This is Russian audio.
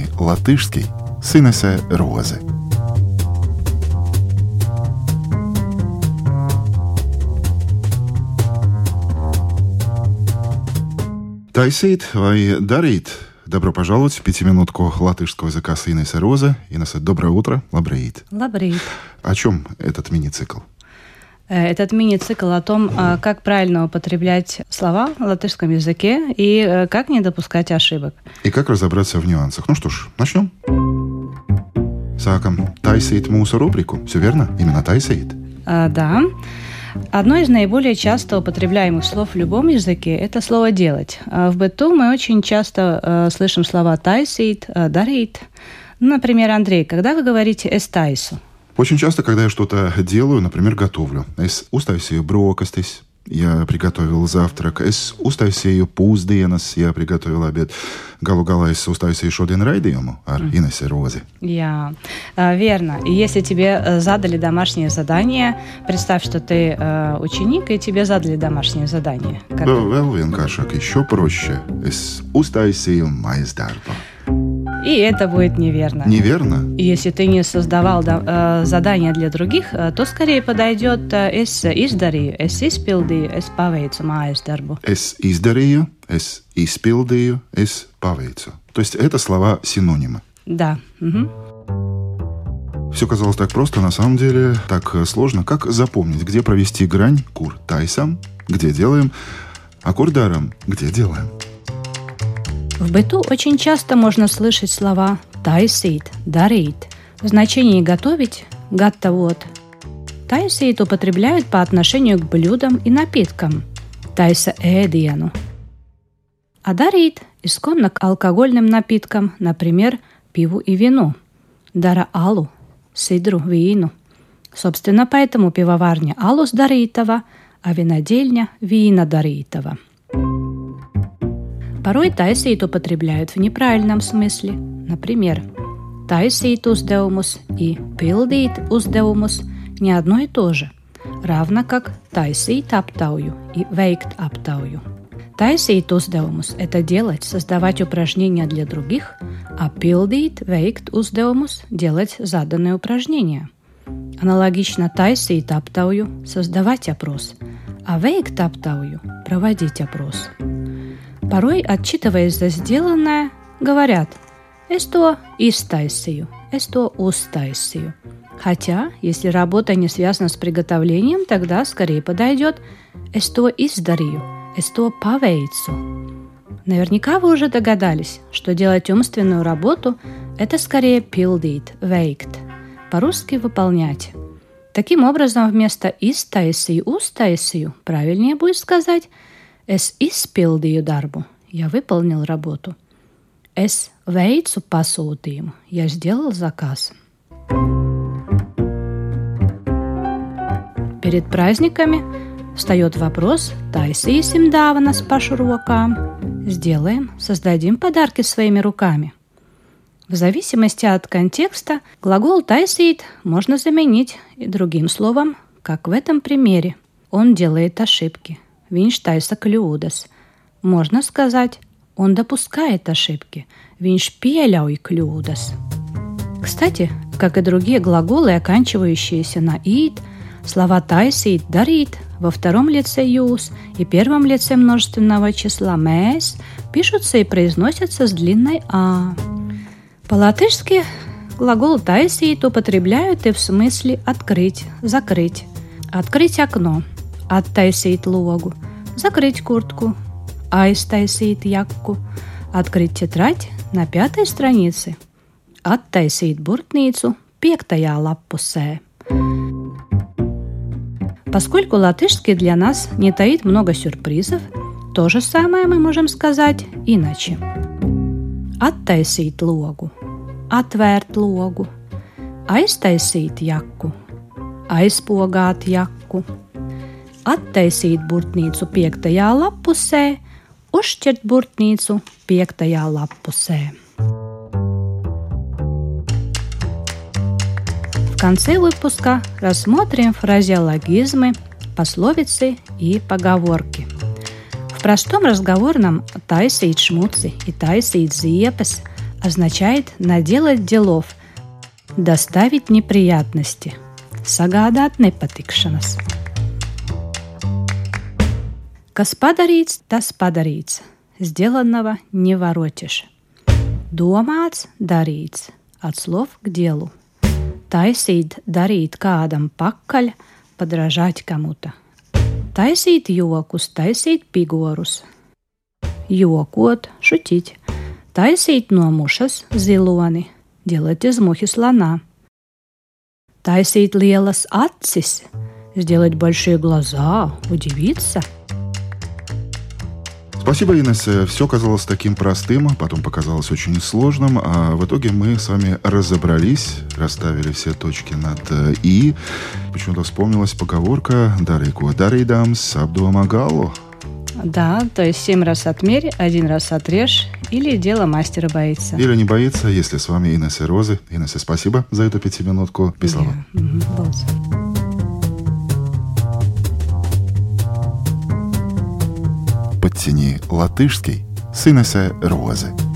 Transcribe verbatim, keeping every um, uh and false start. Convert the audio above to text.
латышский с Инесе Розе. Taisīt vai darīt? Добро пожаловать в пятиминутку латышского языка с Инесой Розе. Инесса, доброе утро. Лабрит. Лабрит. О чем этот мини-цикл? Этот мини-цикл о том, как правильно употреблять слова в латышском языке и как не допускать ошибок. И как разобраться в нюансах. Ну что ж, начнем. Сакам taisīt mūsu рубрику. Все верно? Именно taisīt? А, да. Одно из наиболее часто употребляемых слов в любом языке – это слово «делать». В быту мы очень часто э, слышим слова «taisīt», «darīt». Например, Андрей, когда вы говорите «es taisu»? Очень часто, когда я что-то делаю, например, готовлю. Es uztaisīju brokastis, я приготовил завтрак. Es uztaisīju pusdienas, я приготовил обед. Галу galā es uztaisīju šodien raidījumu ar Inesu Rozi. Я. Yeah. Верно. И если тебе задали домашнее задание, представь, что ты э, ученик, и тебе задали домашнее задание. Как... Vēl vienkāršāk, еще проще. Es uztaisīju mājas darbu. И это будет неверно. Неверно? Если ты не создавал э, задания для других, э, то скорее подойдет э, «es izdarīju», «es izpildīju», «es paveicu mājas darbu». «Es izdarīju», «es izpildīju», «es paveicu». То есть это слова синонимы. Да. Угу. Все казалось так просто, на самом деле так сложно. Как запомнить, где провести грань? Кур тайсам, где делаем, а кур дарам, где делаем? В быту очень часто можно слышать слова «taisīt», «darīt». В значении «готовить» – «gatavot». «Taisīt» употребляют по отношению к блюдам и напиткам – «taisa ēdienu». А «darīt» исконно к алкогольным напиткам, например, пиву и вину – «dara alu», «sidru», «vīnu». Собственно, поэтому пивоварня «alus darītava», а винодельня «vīna darītava». Порой taisīt употребляют в неправильном смысле. Например, taisīt uzdevumus и pildīt uzdevumus не одно и то же, равно как taisīt aptauju и veikt aptauju. Taisīt uzdevumus – это делать, создавать упражнения для других, а pildīt, veikt uzdevumus – делать заданные упражнения. Аналогично taisīt aptauju – создавать опрос, а veikt aptauju – проводить опрос. Порой, отчитываясь за сделанное, говорят «es to iztaisīju», «es to uztaisīju». Хотя, если работа не связана с приготовлением, тогда скорее подойдет «es to izdarīju», «es to paveicu». Наверняка вы уже догадались, что делать умственную работу – это скорее pildīt, veikt, по-русски «выполнять». Таким образом, вместо «iztaisīju», «uztaisīju» правильнее будет сказать «es izpildīju darbu», я выполнил работу. «Es veicu pasūtījumu», я сделал заказ. Перед праздниками встает вопрос «taisīsim dāvanas pašu rokām», сделаем, создадим подарки своими руками. В зависимости от контекста глагол «taisīt» можно заменить и другим словом, как в этом примере. Он делает ошибки. Viņš taisa kļūdas. Можно сказать, он допускает ошибки. Viņš pieļauj kļūdas. Кстати, как и другие глаголы, оканчивающиеся на «īt», слова «taisīt», «darīt» во втором лице «jūs» и первом лице множественного числа «mēs» пишутся и произносятся с длинной «а». По-латышски глагол «taisīt» употребляют и в смысле «открыть», «закрыть». Открыть окно. Attaisīt logu, закрыть куртку, aiztaisīt jakku, открыть тетрадь на пятой странице, attaisīt burtnīcu пятая лаппусē. Поскольку латышский для нас не таит много сюрпризов, то же самое мы можем сказать иначе. Attaisīt logu, atvērt logu, aiztaisīt jakku, aizpogāt jakku, attaisīt burtnīcu piektajā lappusē, uzšķirt burtnīcu piektajā lappusē. В конце выпуска рассмотрим фразеологизмы, пословицы и поговорки. В простом разговорном taisīt šmuci и taisīt ziepes означает наделать делов, доставить неприятности, sagādāt nepatikšanas. Kas padarīts, tas padarīts, сделанного не воротишь. Domāts, darīts, от слов к делу. Taisīt, darīt kādam pakaļ, подражать кому-то. Taisīt jokus, taisīt pigorus. Jokot, šutить. Taisīt no mušas ziloni, делать из мухи слона. Taisīt lielas acis, сделать большие глаза, удивиться. Спасибо, Инесса. Все казалось таким простым, потом показалось очень сложным, а в итоге мы с вами разобрались, расставили все точки над «и». Почему-то вспомнилась поговорка «Дарей ко дарейдамс абдуама галло». Да, то есть семь раз отмерь, один раз отрежь, или дело мастера боится. Или не боится, если с вами Инесса Розы. Инесса, спасибо за эту пятиминутку. Пислава. Подтяни латышский с Инессой Розы.